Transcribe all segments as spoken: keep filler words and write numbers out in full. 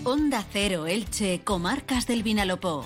Onda Cero Elche, Comarcas del Vinalopó.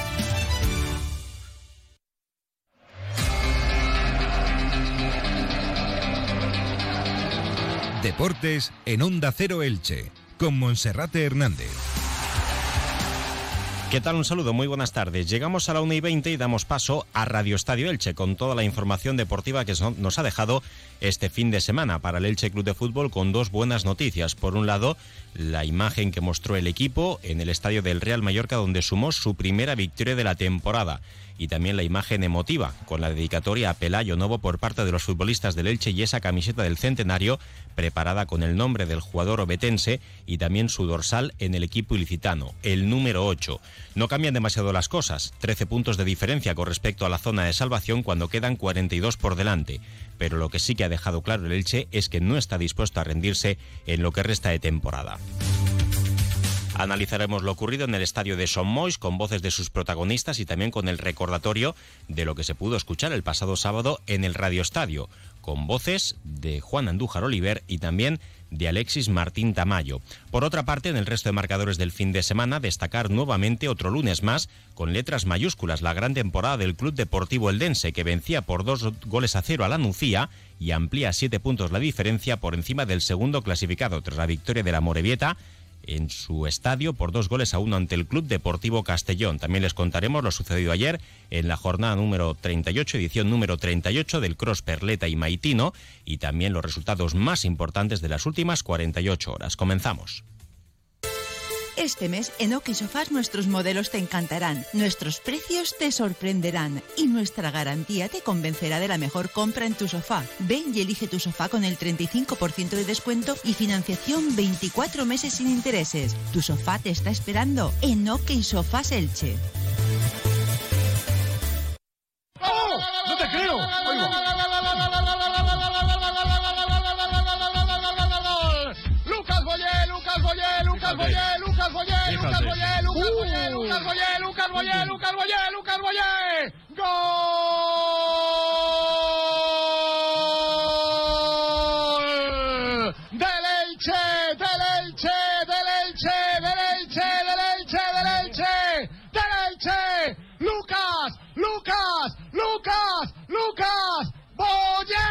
Deportes en Onda Cero Elche, con Monserrate Hernández. ¿Qué tal? Un saludo, muy buenas tardes. Llegamos a la una y veinte y damos paso a Radio Estadio Elche con toda la información deportiva que nos ha dejado este fin de semana para el Elche Club de Fútbol, con dos buenas noticias. Por un lado, la imagen que mostró el equipo en el estadio del Real Mallorca, donde sumó su primera victoria de la temporada. Y también la imagen emotiva, con la dedicatoria a Pelayo Novo por parte de los futbolistas del Elche y esa camiseta del centenario preparada con el nombre del jugador obetense y también su dorsal en el equipo ilicitano, el número ocho. No cambian demasiado las cosas, trece puntos de diferencia con respecto a la zona de salvación cuando quedan cuarenta y dos por delante. Pero lo que sí que ha dejado claro el Elche es que no está dispuesto a rendirse en lo que resta de temporada. Analizaremos lo ocurrido en el estadio de Son Moix con voces de sus protagonistas y también con el recordatorio de lo que se pudo escuchar el pasado sábado en el Radio Estadio, con voces de Juan Andújar Oliver y también de Alexis Martín Tamayo. Por otra parte, en el resto de marcadores del fin de semana, destacar nuevamente otro lunes más, con letras mayúsculas, la gran temporada del Club Deportivo Eldense, que vencía por dos goles a cero a la Nucía y amplía a siete puntos la diferencia por encima del segundo clasificado tras la victoria de la Morevieta en su estadio por dos goles a uno ante el Club Deportivo Castellón. También les contaremos lo sucedido ayer en la jornada número treinta y ocho, edición número treinta y ocho del Cross Perleta y Maitino, y también los resultados más importantes de las últimas cuarenta y ocho horas. Comenzamos. Este mes en Oki Sofás nuestros modelos te encantarán, nuestros precios te sorprenderán y nuestra garantía te convencerá de la mejor compra en tu sofá. Ven y elige tu sofá con el treinta y cinco por ciento de descuento y financiación veinticuatro meses sin intereses. Tu sofá te está esperando en Oki Sofás Elche. ¡Oh! ¡No te creo! Lucas Boyé, Lucas Boyé, Lucas Boyé, Lucas Boyé, Lucas Boyé, Lucas Boyé, Lucas Boyé, Lucas Boyé, Lucas Boyé, Lucas Boyé, ¡gol! Del Elche, del Elche, del Elche, del Elche, del Elche, del Elche, del Elche, Lucas, Lucas, Lucas, Lucas Boyé.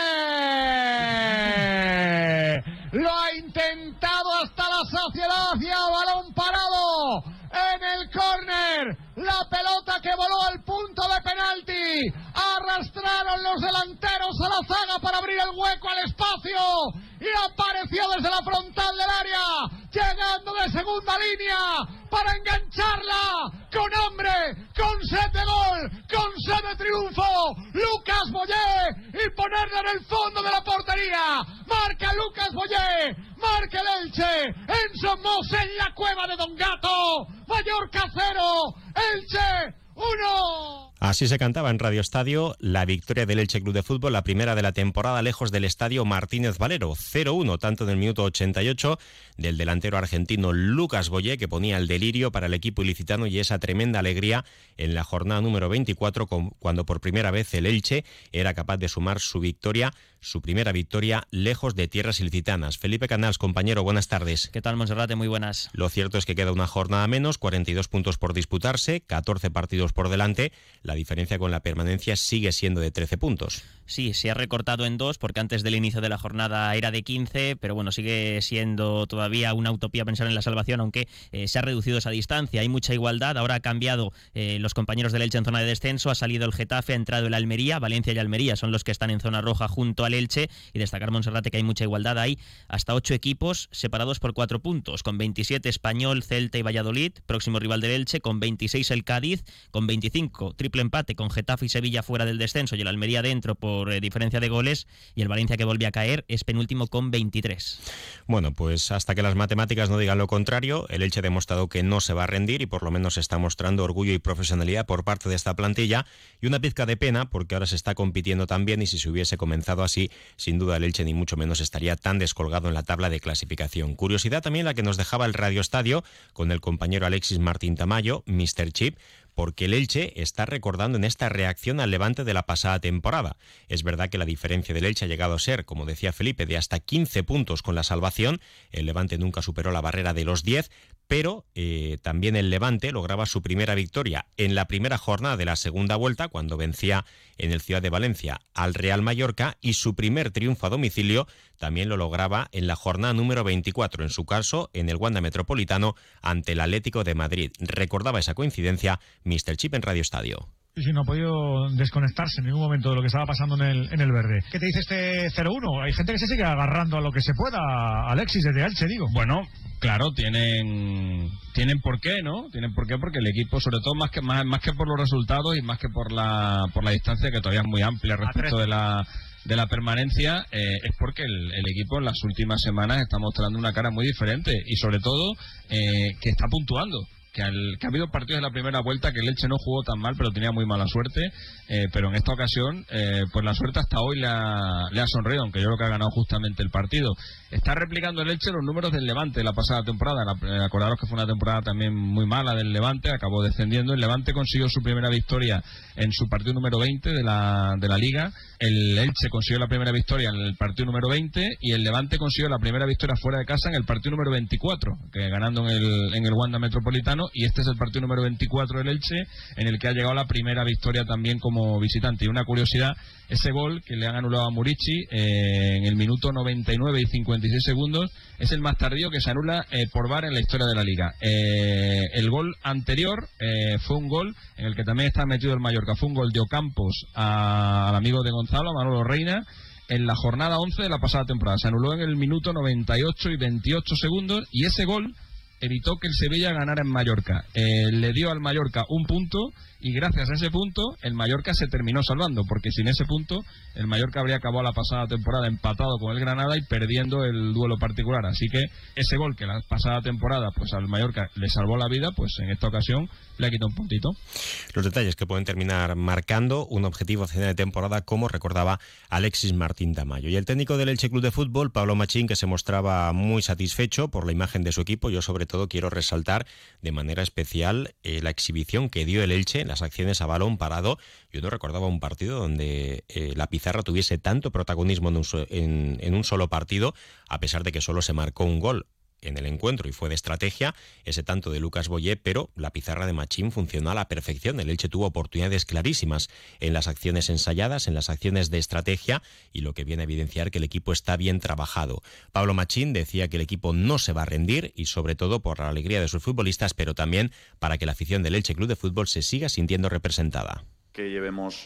Lo ha intentado hasta la saciedad y a balón parado en el córner. La pelota que voló al punto de penalti. Arrastraron los delanteros a la zaga para abrir el hueco al espacio y apareció desde la frontal del área, llegando de segunda línea para engancharla con hambre, con sed de gol, con sed de triunfo. Lucas Boyé y ponerla en el fondo de la portería. Marca Lucas Boyé, marca el Elche en Somos, en la cueva de Don Gato. Mallorca cero, Elche uno. Así se cantaba en Radio Estadio la victoria del Elche Club de Fútbol, la primera de la temporada lejos del estadio Martínez Valero, cero uno, tanto en el minuto ochenta y ocho del delantero argentino Lucas Boyé, que ponía el delirio para el equipo ilicitano y esa tremenda alegría en la jornada número veinticuatro, cuando por primera vez el Elche era capaz de sumar su victoria, su primera victoria lejos de tierras ilicitanas. Felipe Canals, compañero, buenas tardes. ¿Qué tal, Monserrate? Muy buenas. Lo cierto es que queda una jornada menos, cuarenta y dos puntos por disputarse, catorce partidos por delante. La diferencia con la permanencia sigue siendo de trece puntos. Sí, se ha recortado en dos porque antes del inicio de la jornada era de quince, pero bueno, sigue siendo todavía una utopía pensar en la salvación, aunque eh, se ha reducido esa distancia. Hay mucha igualdad, ahora ha cambiado eh, los compañeros del Elche en zona de descenso, ha salido el Getafe, ha entrado el Almería, Valencia y Almería son los que están en zona roja junto al Elche, y destacar, Monserrate, que hay mucha igualdad. Hay hasta ocho equipos separados por cuatro puntos, con veintisiete Español, Celta y Valladolid, próximo rival del Elche, con veintiséis el Cádiz, con veinticinco triple empate con Getafe y Sevilla fuera del descenso y el Almería dentro por eh, diferencia de goles, y el Valencia, que volvió a caer, es penúltimo con veintitrés. Bueno, pues hasta que las matemáticas no digan lo contrario, el Elche ha demostrado que no se va a rendir y por lo menos está mostrando orgullo y profesionalidad por parte de esta plantilla, y una pizca de pena porque ahora se está compitiendo tan bien, y si se hubiese comenzado así, sin duda el Elche ni mucho menos estaría tan descolgado en la tabla de clasificación. Curiosidad también la que nos dejaba el Radio Estadio con el compañero Alexis Martín Tamayo, míster Chip, porque el Elche está recordando en esta reacción al Levante de la pasada temporada. Es verdad que la diferencia del Elche ha llegado a ser, como decía Felipe, de hasta quince puntos con la salvación. El Levante nunca superó la barrera de los diez, pero eh, también el Levante lograba su primera victoria en la primera jornada de la segunda vuelta, cuando vencía en el Ciudad de Valencia al Real Mallorca, y su primer triunfo a domicilio también lo lograba en la jornada número veinticuatro, en su caso en el Wanda Metropolitano ante el Atlético de Madrid. Recordaba esa coincidencia míster Chip en Radio Estadio. Sí, no ha podido desconectarse en ningún momento de lo que estaba pasando en el, en el verde. ¿Qué te dice este cero uno? Hay gente que se sigue agarrando a lo que se pueda. Alexis, desde Elche, digo. Bueno, claro, tienen tienen por qué, ¿no? Tienen por qué porque el equipo, sobre todo más que más, más que por los resultados y más que por la por la distancia, que todavía es muy amplia respecto de la de la permanencia, eh, es porque el, el equipo en las últimas semanas está mostrando una cara muy diferente y sobre todo eh, que está puntuando. Que, al, que ha habido partidos de la primera vuelta que el Elche no jugó tan mal, pero tenía muy mala suerte, eh, pero en esta ocasión eh, pues la suerte hasta hoy le ha, le ha sonreído, aunque yo creo que ha ganado justamente el partido. Está replicando el Elche los números del Levante la pasada temporada. La, acordaros que fue una temporada también muy mala del Levante, acabó descendiendo. El Levante consiguió su primera victoria en su partido número veinte de la, de la Liga. El Elche consiguió la primera victoria en el partido número veinte y el Levante consiguió la primera victoria fuera de casa en el partido número veinticuatro, que ganando en el, en el Wanda Metropolitano, y este es el partido número veinticuatro del Elche, en el que ha llegado la primera victoria también como visitante. Y una curiosidad, ese gol que le han anulado a Murici eh, en el minuto noventa y nueve y cincuenta y seis segundos es el más tardío que se anula eh, por V A R en la historia de la Liga. Eh, el gol anterior eh, fue un gol en el que también está metido el Mallorca, fue un gol de Ocampos a, al amigo de Gonzalo, a Manolo Reina, en la jornada once de la pasada temporada. Se anuló en el minuto noventa y ocho y veintiocho segundos y ese gol evitó que el Sevilla ganara en Mallorca. Eh, le dio al Mallorca un punto y gracias a ese punto el Mallorca se terminó salvando, porque sin ese punto el Mallorca habría acabado la pasada temporada empatado con el Granada y perdiendo el duelo particular. Así que ese gol que la pasada temporada pues al Mallorca le salvó la vida, pues en esta ocasión le ha quitado un puntito. Los detalles que pueden terminar marcando un objetivo a final de temporada, como recordaba Alexis Martín Tamayo. Y el técnico del Elche Club de Fútbol, Pablo Machín, que se mostraba muy satisfecho por la imagen de su equipo. Yo sobre todo quiero resaltar de manera especial eh, la exhibición que dio el Elche en las acciones a balón parado. Yo no recordaba un partido donde eh, la pizarra tuviese tanto protagonismo en un, so, en, en un solo partido, a pesar de que solo se marcó un gol en el encuentro y fue de estrategia, ese tanto de Lucas Boyé, pero la pizarra de Machín funcionó a la perfección. El Elche tuvo oportunidades clarísimas en las acciones ensayadas, en las acciones de estrategia, y lo que viene a evidenciar que el equipo está bien trabajado. Pablo Machín decía que el equipo no se va a rendir, y sobre todo por la alegría de sus futbolistas, pero también para que la afición del Elche Club de Fútbol se siga sintiendo representada. Que llevemos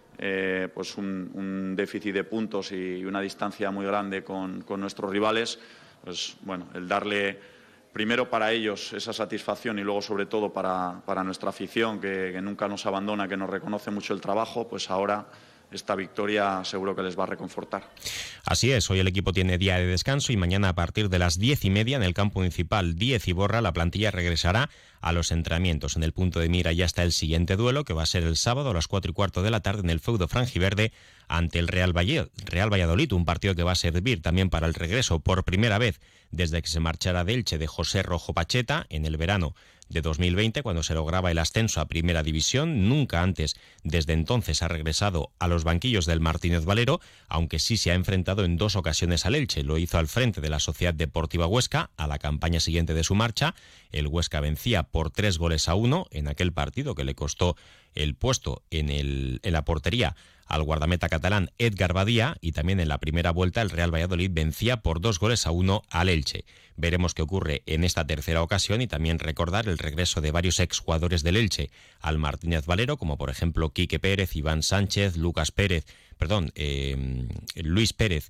eh, pues un, un déficit de puntos y una distancia muy grande con, con nuestros rivales. Pues bueno, el darle primero para ellos esa satisfacción y luego sobre todo para, para nuestra afición que, que nunca nos abandona, que nos reconoce mucho el trabajo, pues ahora esta victoria seguro que les va a reconfortar. Así es, hoy el equipo tiene día de descanso y mañana a partir de las diez y media en el campo municipal Díez Iborra la plantilla regresará a los entrenamientos. En el punto de mira ya está el siguiente duelo, que va a ser el sábado a las cuatro y cuarto de la tarde en el feudo franjiverde ante el Real Valladolid, un partido que va a servir también para el regreso por primera vez desde que se marchara de Elche de José Rojo Pacheta en el verano de dos mil veinte, cuando se lograba el ascenso a Primera División. Nunca antes, desde entonces, ha regresado a los banquillos del Martínez Valero, aunque sí se ha enfrentado en dos ocasiones al Elche. Lo hizo al frente de la Sociedad Deportiva Huesca, a la campaña siguiente de su marcha. El Huesca vencía por tres goles a uno en aquel partido que le costó el puesto en, el, en la portería al guardameta catalán Edgar Badía, y también en la primera vuelta el Real Valladolid vencía por dos goles a uno al Elche. Veremos qué ocurre en esta tercera ocasión y también recordar el regreso de varios exjugadores del Elche al Martínez Valero, como por ejemplo Quique Pérez, Iván Sánchez, Lucas Pérez, perdón, eh, Luis Pérez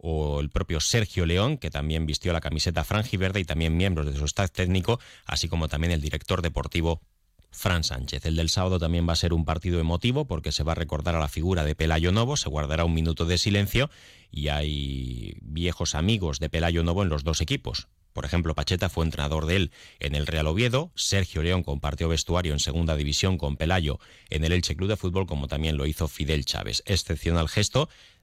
o el propio Sergio León, que también vistió la camiseta franjiverde, y también miembros de su staff técnico, así como también el director deportivo Fran Sánchez. El del sábado también va a ser un partido emotivo porque se va a recordar a la figura de Pelayo Novo, se guardará un minuto de silencio y hay viejos amigos de Pelayo Novo en los dos equipos. Por ejemplo, Pacheta fue entrenador de él en el Real Oviedo, Sergio León compartió vestuario en segunda división con Pelayo en el Elche Club de Fútbol, como también lo hizo Fidel Chávez. Excepcional gesto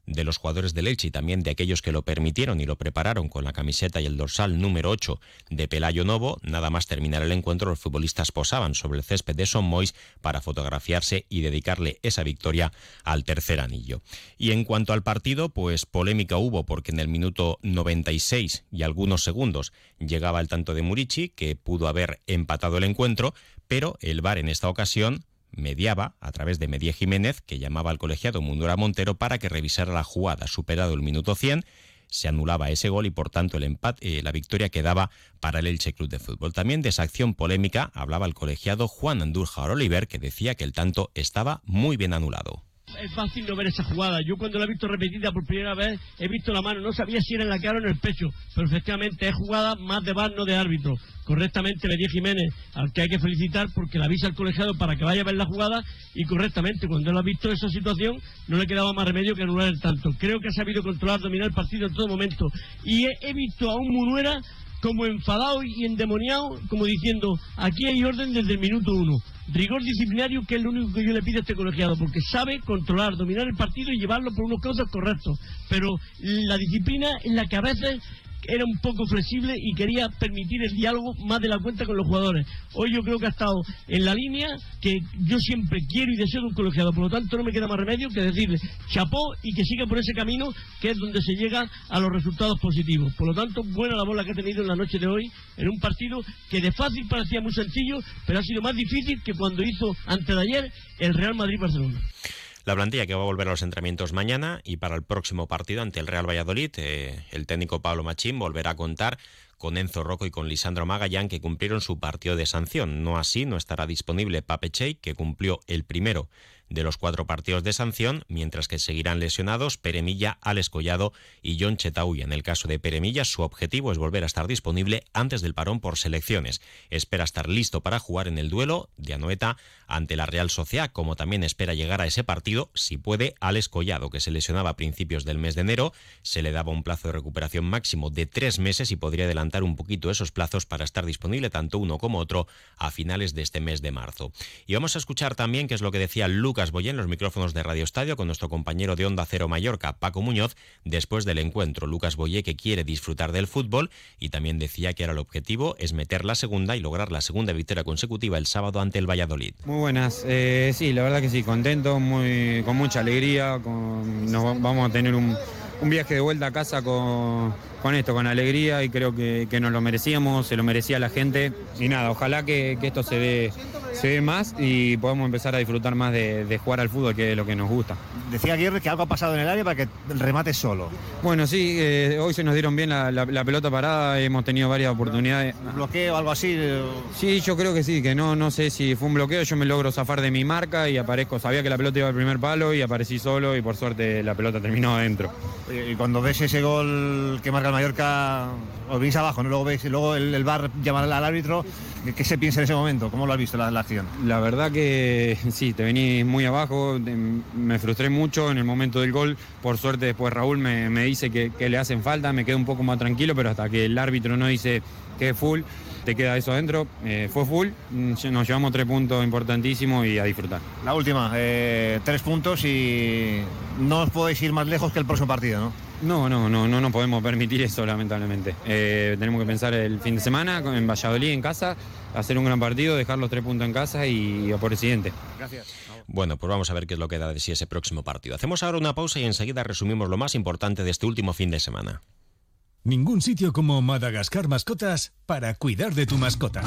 de los jugadores del Elche y también de aquellos que lo permitieron y lo prepararon con la camiseta y el dorsal número ocho de Pelayo Novo. Nada más terminar el encuentro, los futbolistas posaban sobre el césped de Son Moix para fotografiarse y dedicarle esa victoria al tercer anillo. Y en cuanto al partido, pues polémica hubo porque en el minuto noventa y seis y algunos segundos llegaba el tanto de Murici, que pudo haber empatado el encuentro, pero el V A R en esta ocasión mediaba a través de Medie Jiménez, que llamaba al colegiado Mundura Montero para que revisara la jugada. Superado el minuto cien, se anulaba ese gol y por tanto el empate, eh, la victoria quedaba para el Elche Club de Fútbol. También de esa acción polémica hablaba el colegiado Juan Andújar Oliver, que decía que el tanto estaba muy bien anulado. Es fácil no ver esa jugada. Yo cuando la he visto repetida por primera vez he visto la mano, no sabía si era en la cara o en el pecho, pero efectivamente es jugada más de V A R, no de árbitro. Correctamente Medie Jiménez, al que hay que felicitar porque le avisa al colegiado para que vaya a ver la jugada, y correctamente cuando él ha visto esa situación no le quedaba más remedio que anular el tanto. Creo que ha sabido controlar, dominar el partido en todo momento, y he, he visto a un Munuera como enfadado y endemoniado, como diciendo, aquí hay orden desde el minuto uno. Rigor disciplinario, que es lo único que yo le pido a este colegiado, porque sabe controlar, dominar el partido y llevarlo por unos cauces correctos. Pero la disciplina en la que a veces era un poco flexible y quería permitir el diálogo más de la cuenta con los jugadores. Hoy yo creo que ha estado en la línea que yo siempre quiero y deseo de un colegiado. Por lo tanto, no me queda más remedio que decirle chapó y que siga por ese camino, que es donde se llega a los resultados positivos. Por lo tanto, buena la bola que ha tenido en la noche de hoy, en un partido que de fácil parecía muy sencillo, pero ha sido más difícil que cuando hizo antes de ayer el Real Madrid-Barcelona. La plantilla que va a volver a los entrenamientos mañana, y para el próximo partido ante el Real Valladolid, eh, el técnico Pablo Machín volverá a contar con Enzo Rocco y con Lisandro Magallán, que cumplieron su partido de sanción. No así, no estará disponible Pape Chey, que cumplió el primero de los cuatro partidos de sanción, mientras que seguirán lesionados Pere Milla, Alex Collado y John Chetauya. En el caso de Pere Milla, su objetivo es volver a estar disponible antes del parón por selecciones. Espera estar listo para jugar en el duelo de Anoeta ante la Real Sociedad, como también espera llegar a ese partido, si puede, Alex Collado, que se lesionaba a principios del mes de enero. Se le daba un plazo de recuperación máximo de tres meses y podría adelantar un poquito esos plazos para estar disponible tanto uno como otro a finales de este mes de marzo. Y vamos a escuchar también qué es lo que decía Lucas Lucas Boyé en los micrófonos de Radio Estadio con nuestro compañero de Onda Cero Mallorca, Paco Muñoz, después del encuentro. Lucas Boyé, que quiere disfrutar del fútbol, y también decía que ahora el objetivo es meter la segunda y lograr la segunda victoria consecutiva el sábado ante el Valladolid. Muy buenas, eh, sí, la verdad que sí, contento, muy, con mucha alegría, con, nos vamos a tener un, un viaje de vuelta a casa con, con esto, con alegría, y creo que, que nos lo merecíamos, se lo merecía la gente, y nada, ojalá que, que esto se dé, se dé más y podamos empezar a disfrutar más de, de jugar al fútbol, que es lo que nos gusta. Decía Aguirre que algo ha pasado en el área para que el remate solo. Bueno, sí, eh, hoy se nos dieron bien la, la, la pelota parada, hemos tenido varias oportunidades. ¿Un bloqueo o algo así? Sí, yo creo que sí, que no, no sé si fue un bloqueo, yo me logro zafar de mi marca y aparezco, sabía que la pelota iba al primer palo y aparecí solo y por suerte la pelota terminó adentro. Y cuando ves ese gol que marca el Mallorca, os venís abajo, ¿no? Luego ves, luego el, el V A R llama al árbitro, ¿qué se piensa en ese momento? ¿Cómo lo has visto la, la acción? La verdad que sí, te venís muy abajo, me frustré mucho en el momento del gol, por suerte después Raúl me, me dice que, que le hacen falta, me quedé un poco más tranquilo, pero hasta que el árbitro no dice que es full, te queda eso adentro, eh, fue full, nos llevamos tres puntos importantísimos y a disfrutar. La última, eh, tres puntos y no os podéis ir más lejos que el próximo partido, ¿no? No, no, no, no nos podemos permitir eso, lamentablemente. Eh, tenemos que pensar el fin de semana en Valladolid, en casa, hacer un gran partido, dejar los tres puntos en casa y, y por el siguiente. Gracias. Bueno, pues vamos a ver qué es lo que da de sí ese próximo partido. Hacemos ahora una pausa y enseguida resumimos lo más importante de este último fin de semana. Ningún sitio como Madagascar Mascotas para cuidar de tu mascota.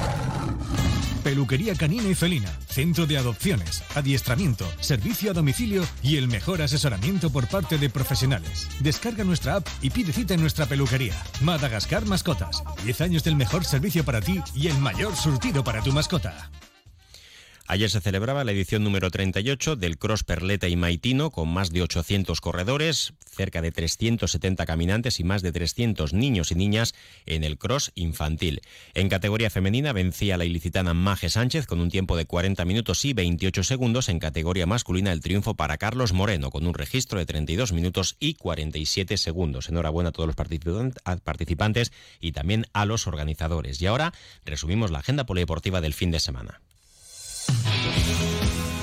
Peluquería canina y felina, centro de adopciones, adiestramiento, servicio a domicilio y el mejor asesoramiento por parte de profesionales. Descarga nuestra app y pide cita en nuestra peluquería. Madagascar Mascotas, diez años del mejor servicio para ti y el mayor surtido para tu mascota. Ayer se celebraba la edición número treinta y ocho del Cross Perleta y Maitino, con más de ochocientos corredores, cerca de trescientos setenta caminantes y más de trescientos niños y niñas en el cross infantil. En categoría femenina vencía la ilicitana Maje Sánchez con un tiempo de cuarenta minutos y veintiocho segundos. En categoría masculina el triunfo para Carlos Moreno con un registro de treinta y dos minutos y cuarenta y siete segundos. Enhorabuena a todos los participantes y también a los organizadores. Y ahora resumimos la agenda polideportiva del fin de semana.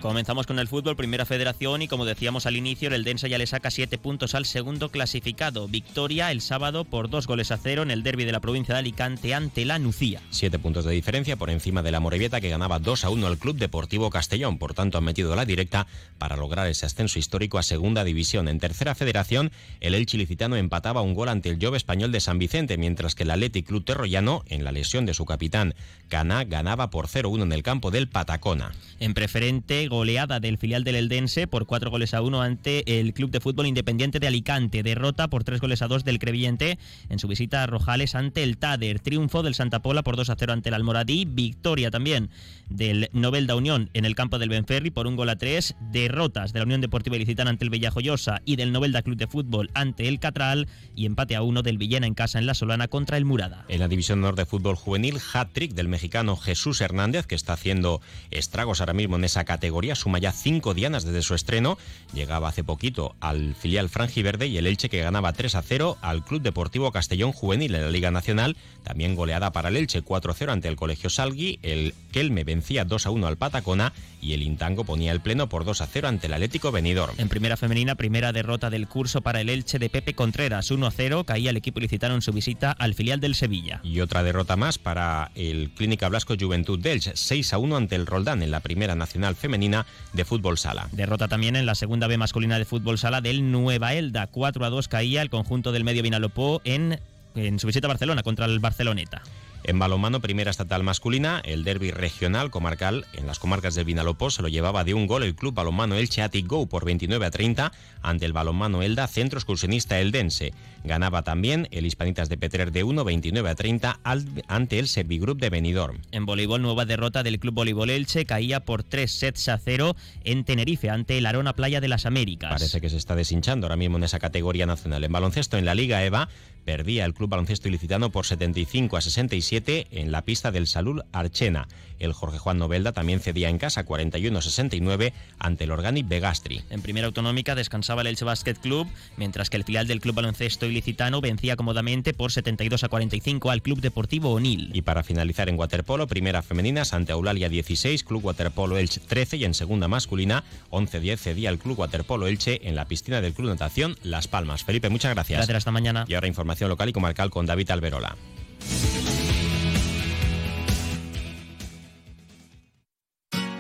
Comenzamos con el fútbol, Primera Federación, y como decíamos al inicio, el Eldense ya le saca siete puntos al segundo clasificado. Victoria el sábado por dos goles a cero en el derbi de la provincia de Alicante ante la Nucía. Siete puntos de diferencia por encima de la Amorebieta, que ganaba dos a uno al Club Deportivo Castellón. Por tanto, han metido la directa para lograr ese ascenso histórico a Segunda División. En Tercera Federación, el Elche ilicitano empataba un gol ante el Jove Español de San Vicente, mientras que el Athletic Club Terroyano, en la lesión de su capitán Caná, ganaba por cero uno en el campo del Patacona. En Preferente, goleada del filial del Eldense por cuatro goles a uno ante el Club de Fútbol Independiente de Alicante. Derrota por tres goles a dos del Crevillente en su visita a Rojales ante el Tader. Triunfo del Santa Pola por dos a cero ante el Almoradí. Victoria también del Novelda Unión en el campo del Benferri por un gol a tres. Derrotas de la Unión Deportiva Ilicitana ante el Villajoyosa y del Novelda Club de Fútbol ante el Catral, y empate a uno del Villena en casa en la Solana contra el Murada. En la División Honor de Fútbol Juvenil, hat-trick del mexicano Jesús Hernández, que está haciendo estragos ahora mismo en esa categoría. Suma ya cinco dianas desde su estreno. Llegaba hace poquito al filial franjiverde, y el Elche, que ganaba tres a cero al Club Deportivo Castellón Juvenil en la Liga Nacional. También goleada para el Elche, cuatro a cero ante el Colegio Salgui. El Kelme vencía dos a uno al Patacona, y el Intango ponía el pleno por dos a cero ante el Atlético Benidorm. En Primera Femenina, primera derrota del curso para el Elche de Pepe Contreras. uno a cero caía el equipo ilicitano en su visita al filial del Sevilla. Y otra derrota más para el Clínica Blasco Juventud de Elche, seis a uno ante el Roldán en la Primera Nacional Femenina de Fútbol Sala. Derrota también en la Segunda B masculina de Fútbol Sala del Nueva Elda. cuatro a dos caía el conjunto del Medio Vinalopó en, en su visita a Barcelona contra el Barceloneta. En balonmano, Primera Estatal masculina, el derbi regional comarcal en las comarcas del Vinalopó se lo llevaba de un gol el Club Balonmano Elche Athletic Go por veintinueve a treinta ante el Balonmano Elda Centro Excursionista Eldense. Ganaba también el Hispanitas de Petrer de uno, veintinueve a treinta al, ante el Servigroup de Benidorm. En voleibol, nueva derrota del Club Voleibol Elche, caía por tres sets a cero en Tenerife ante el Arona Playa de las Américas. Parece que se está deshinchando ahora mismo en esa categoría nacional. En baloncesto, en la Liga E V A, perdía el Club Baloncesto Ilicitano por setenta y cinco a sesenta y siete en la pista del Salud Archena. El Jorge Juan Novelda también cedía en casa cuarenta y uno a sesenta y nueve ante el Organic Begastri. En Primera Autonómica descansaba el Elche Basket Club, mientras que el filial del Club Baloncesto Ilicitano vencía cómodamente por setenta y dos a cuarenta y cinco al Club Deportivo Onil. Y para finalizar, en waterpolo, Primera Femenina, Santa Eulalia dieciséis, Club Waterpolo Elche trece, y en Segunda Masculina, once a diez cedía el Club Waterpolo Elche en la piscina del Club Natación Las Palmas. Felipe, muchas gracias. Gracias, hasta mañana. Y ahora información local y comarcal con David Alberola.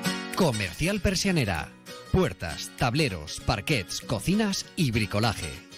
Comercial Persianera. Puertas, tableros, parquets, cocinas y bricolaje.